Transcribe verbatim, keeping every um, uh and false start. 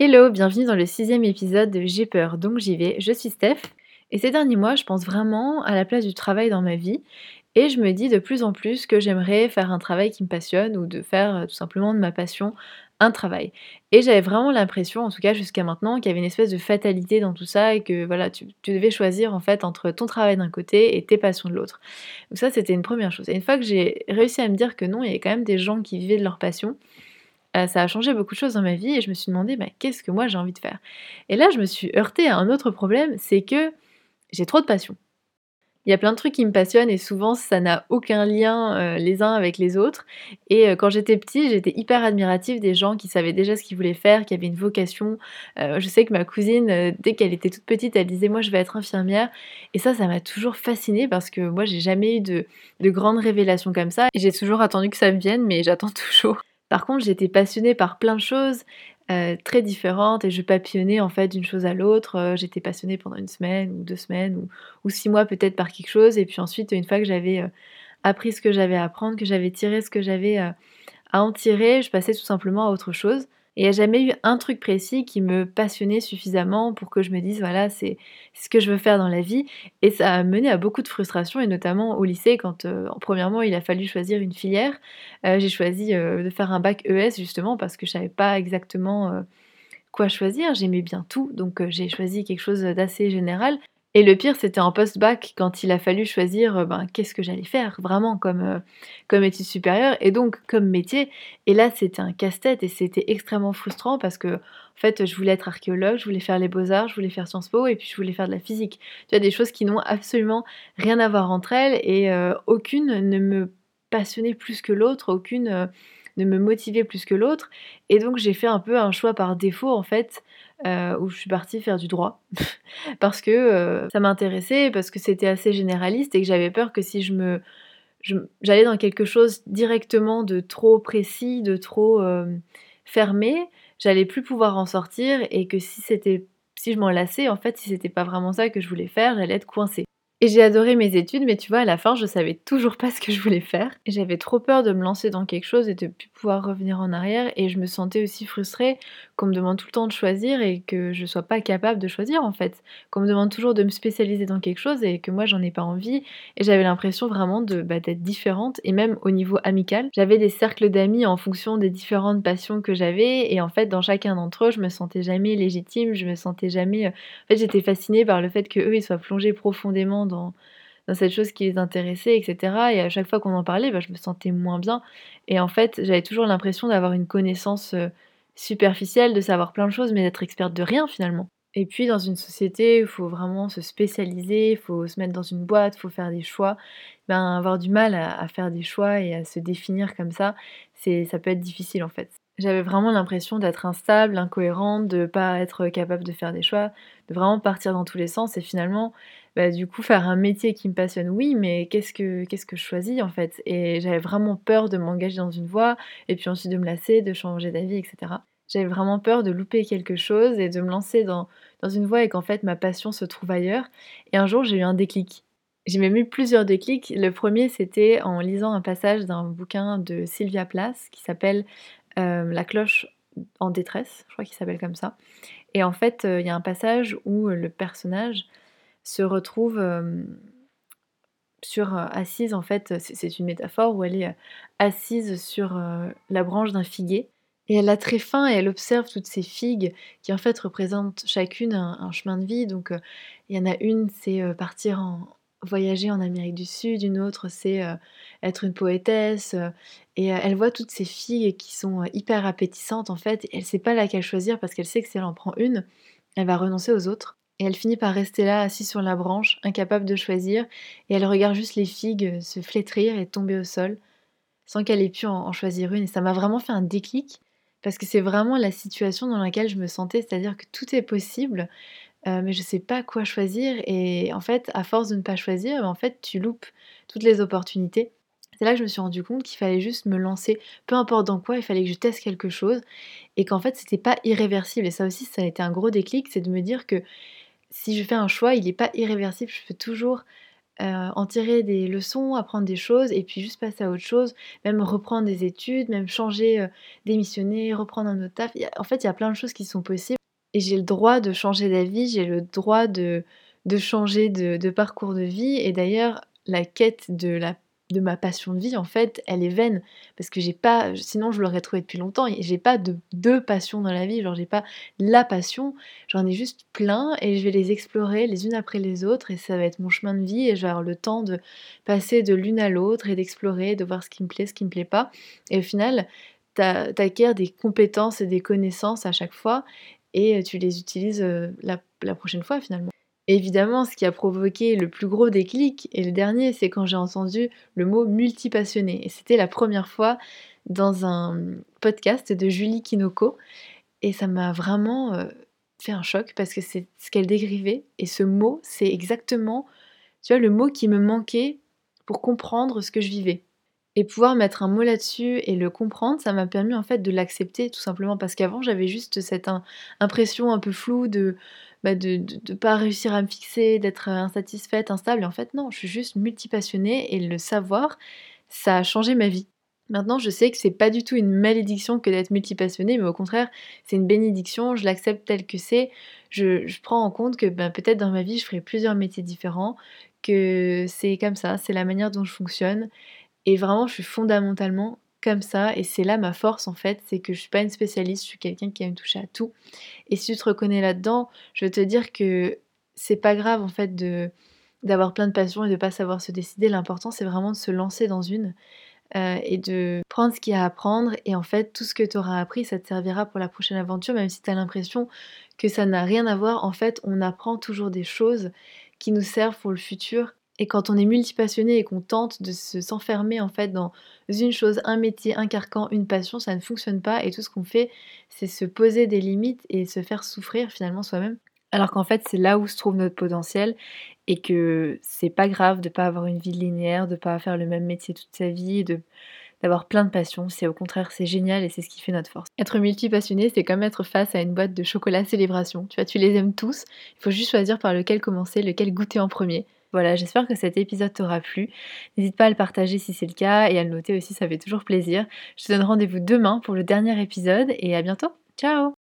Hello, bienvenue dans le sixième épisode de J'ai peur, donc j'y vais. Je suis Steph et ces derniers mois, je pense vraiment à la place du travail dans ma vie et je me dis de plus en plus que j'aimerais faire un travail qui me passionne ou de faire euh, tout simplement de ma passion un travail. Et j'avais vraiment l'impression, en tout cas jusqu'à maintenant, qu'il y avait une espèce de fatalité dans tout ça et que voilà, tu, tu devais choisir en fait entre ton travail d'un côté et tes passions de l'autre. Donc ça, c'était une première chose. Et une fois que j'ai réussi à me dire que non, il y a quand même des gens qui vivaient de leur passion, Heu, ça a changé beaucoup de choses dans ma vie et je me suis demandé: «Bah, qu'est-ce que moi j'ai envie de faire?» Et là, je me suis heurtée à un autre problème, c'est que j'ai trop de passion. Il y a plein de trucs qui me passionnent et souvent ça n'a aucun lien, heu, les uns avec les autres et heu, quand j'étais petite, j'étais hyper admirative des gens qui savaient déjà ce qu'ils voulaient faire, qui avaient une vocation. Heu, je sais que ma cousine, heu, dès qu'elle était toute petite, elle disait: «Moi, je vais être infirmière» et ça, ça m'a toujours fascinée parce que moi, j'ai jamais eu de de grandes révélations comme ça et j'ai toujours attendu que ça me vienne, mais j'attends toujours. Par contre, j'étais passionnée par plein de choses, heu, très différentes et je papillonnais en fait d'une chose à l'autre, heu, j'étais passionnée pendant une semaine ou deux semaines ou ou six mois peut-être par quelque chose et puis ensuite, une fois que j'avais, heu, appris ce que j'avais à apprendre, que j'avais tiré ce que j'avais, heu, à en tirer, je passais tout simplement à autre chose. Et il n'y a jamais eu un truc précis qui me passionnait suffisamment pour que je me dise: «Voilà, c'est c'est ce que je veux faire dans la vie» et ça a mené à beaucoup de frustration et notamment au lycée quand, heu, premièrement, il a fallu choisir une filière. Heu, j'ai choisi, heu, de faire un bac E S justement parce que je savais pas exactement, heu, quoi choisir. J'aimais bien tout, donc heu, j'ai choisi quelque chose, d'assez général et le pire, c'était en post-bac quand il a fallu choisir, heu, ben, qu'est-ce que j'allais faire vraiment comme, heu, comme études supérieures et donc comme métier et là, c'était un casse-tête et c'était extrêmement frustrant parce que en fait, je voulais être archéologue, je voulais faire les beaux-arts, je voulais faire Sciences Po et puis je voulais faire de la physique. Tu vois? Des choses qui n'ont absolument rien à voir entre elles et heu, aucune ne me passionnait plus que l'autre, aucune, heu, ne me motivait plus que l'autre et donc j'ai fait un peu un choix par défaut en fait, heu, où je suis partie faire du droit. Parce que, heu, ça m'intéressait, parce que c'était assez généraliste et que j'avais peur que si je me je m j'allais dans quelque chose directement de trop précis, de trop, hem, fermé, j'allais plus pouvoir en sortir et que si c'était si je m'en lassais, en fait, si c'était pas vraiment ça que je voulais faire, j'allais être coincée. Et j'ai adoré mes études, mais tu vois, à la fin, je savais toujours pas ce que je voulais faire et j'avais trop peur de me lancer dans quelque chose et de plus pouvoir revenir en arrière et je me sentais aussi frustrée qu'on me demande tout le temps de choisir et que je sois pas capable de choisir, en fait. Qu'on me demande toujours de me spécialiser dans quelque chose et que moi, j'en ai pas envie et j'avais l'impression vraiment de, bah, d'être différente et même au niveau amical. J'avais des cercles d'amis en fonction des différentes passions que j'avais et en fait, dans chacun d'entre eux, je me sentais jamais légitime, je me sentais jamais, heu en fait, j'étais fascinée par le fait qu'eux, ils soient plongés profondément dans dans cette chose qui les intéressait et cetera et à chaque fois qu'on en parlait, bah, je me sentais moins bien et en fait, j'avais toujours l'impression d'avoir une connaissance, heu, superficielle, de savoir plein de choses, mais d'être experte de rien finalement. Et puis dans une société, il faut vraiment se spécialiser, il faut se mettre dans une boîte, il faut faire des choix. Ben, avoir du mal à à faire des choix et à se définir comme ça, c'est ça peut être difficile en fait. J'avais vraiment l'impression d'être instable, incohérente, de pas être capable de faire des choix, de vraiment partir dans tous les sens et finalement, bah, du coup faire un métier qui me passionne, oui, mais qu'est-ce que qu'est-ce que je choisis en fait? Et j'avais vraiment peur de m'engager dans une voie et puis ensuite de me lasser, de changer d'avis et cetera. J'avais vraiment peur de louper quelque chose et de me lancer dans dans une voie et qu'en fait ma passion se trouve ailleurs et un jour j'ai eu un déclic. J'ai même eu plusieurs déclics. Le premier c'était en lisant un passage d'un bouquin de Sylvia Plath qui s'appelle, hem, La cloche en détresse, je crois qu'il s'appelle comme ça et en fait, heu, il y a un passage où, heu, le personnage se retrouve, hem, sur, heu, assise en fait, c'est c'est une métaphore où elle est, heu, assise sur, heu, la branche d'un figuier et elle a très faim et elle observe toutes ces figues qui en fait représentent chacune un un chemin de vie donc, heu, il y en a une, c'est, heu, partir en voyager en Amérique du Sud, une autre c'est, heu, être une poétesse, heu et heu, elle voit toutes ces figues qui sont, heu, hyper appétissantes en fait et elle sait pas laquelle choisir parce qu'elle sait que si elle en prend une, elle va renoncer aux autres et elle finit par rester là, assise sur la branche, incapable de choisir et elle regarde juste les figues, heu, se flétrir et tomber au sol, sans qu'elle ait pu en en choisir une et ça m'a vraiment fait un déclic, parce que c'est vraiment la situation dans laquelle je me sentais, c'est-à-dire que tout est possible, heu, mais je sais pas quoi choisir et en fait, à force de ne pas choisir, bah, en fait, tu loupes toutes les opportunités. C'est là que je me suis rendu compte qu'il fallait juste me lancer, peu importe dans quoi, il fallait que je teste quelque chose et qu'en fait, c'était pas irréversible et ça aussi, ça a été un gros déclic, c'est de me dire que si je fais un choix, il est pas irréversible, je peux toujours, heu, en tirer des leçons, apprendre des choses et puis juste passer à autre chose, même reprendre des études, même changer, heu, démissionner, reprendre un autre taf. Il y a en fait, il y a plein de choses qui sont possibles et j'ai le droit de changer d'avis, j'ai le droit de de changer de de parcours de vie et d'ailleurs la quête de la de ma passion de vie, en fait, elle est vaine parce que j'ai pas sinon je l'aurais trouvée depuis longtemps et j'ai pas de deux passions dans la vie, genre j'ai pas la passion, j'en ai juste plein et je vais les explorer les unes après les autres et ça va être mon chemin de vie et je vais avoir le temps de passer de l'une à l'autre et d'explorer, de voir ce qui me plaît, ce qui me plaît pas et au final, tu a tu acquiers des compétences et des connaissances à chaque fois et heu, tu les utilises, heu, la la prochaine fois finalement. Évidemment, ce qui a provoqué le plus gros déclic et le dernier, c'est quand j'ai entendu le mot multipassionné et c'était la première fois dans un, mmh, podcast de Julie Kinoko et ça m'a vraiment, heu, fait un choc parce que c'est ce qu'elle décrivait et ce mot, c'est exactement, tu vois, le mot qui me manquait pour comprendre ce que je vivais. Et pouvoir mettre un mot là-dessus et le comprendre, ça m'a permis en fait de l'accepter tout simplement parce qu'avant j'avais juste cette im impression un peu floue de, bah, de de de pas réussir à me fixer, d'être, heu, insatisfaite, instable et en fait non, je suis juste multipassionnée et le savoir, ça a changé ma vie. Maintenant je sais que c'est pas du tout une malédiction que d'être multipassionnée, mais au contraire, c'est une bénédiction, je l'accepte tel que c'est. Je je prends en compte que, ben, peut-être dans ma vie je ferai plusieurs métiers différents, que c'est comme ça, c'est la manière dont je fonctionne et vraiment, je suis fondamentalement comme ça et c'est là ma force en fait, c'est que je suis pas une spécialiste, je suis quelqu'un qui aime toucher à tout et si tu te reconnais là-dedans, je veux te dire que c'est pas grave en fait de d'avoir plein de passions et de pas savoir se décider. L'important, c'est vraiment de se lancer dans une, heu et de prendre ce qu'il y a à apprendre et en fait, tout ce que tu auras appris, ça te servira pour la prochaine aventure, même si tu as l'impression que ça n'a rien à voir. En fait, on apprend toujours des choses qui nous servent pour le futur et quand on est multipassionné et qu'on tente de se s'enfermer en fait dans une chose, un métier, un carcan, une passion, ça ne fonctionne pas et tout ce qu'on fait, c'est se poser des limites et se faire souffrir finalement soi-même. Alors qu'en fait, c'est là où se trouve notre potentiel et que c'est pas grave de pas avoir une vie linéaire, de pas faire le même métier toute sa vie, de d'avoir plein de passions. C'est au contraire, c'est génial et c'est ce qui fait notre force. Être multipassionné, c'est comme être face à une boîte de chocolat célébration. Tu vois, tu les aimes tous, il faut juste choisir par lequel commencer, lequel goûter en premier. Voilà, j'espère que cet épisode t'aura plu. N'hésite pas à le partager si c'est le cas et à le noter aussi, ça fait toujours plaisir. Je te donne rendez-vous demain pour le dernier épisode et à bientôt. Ciao!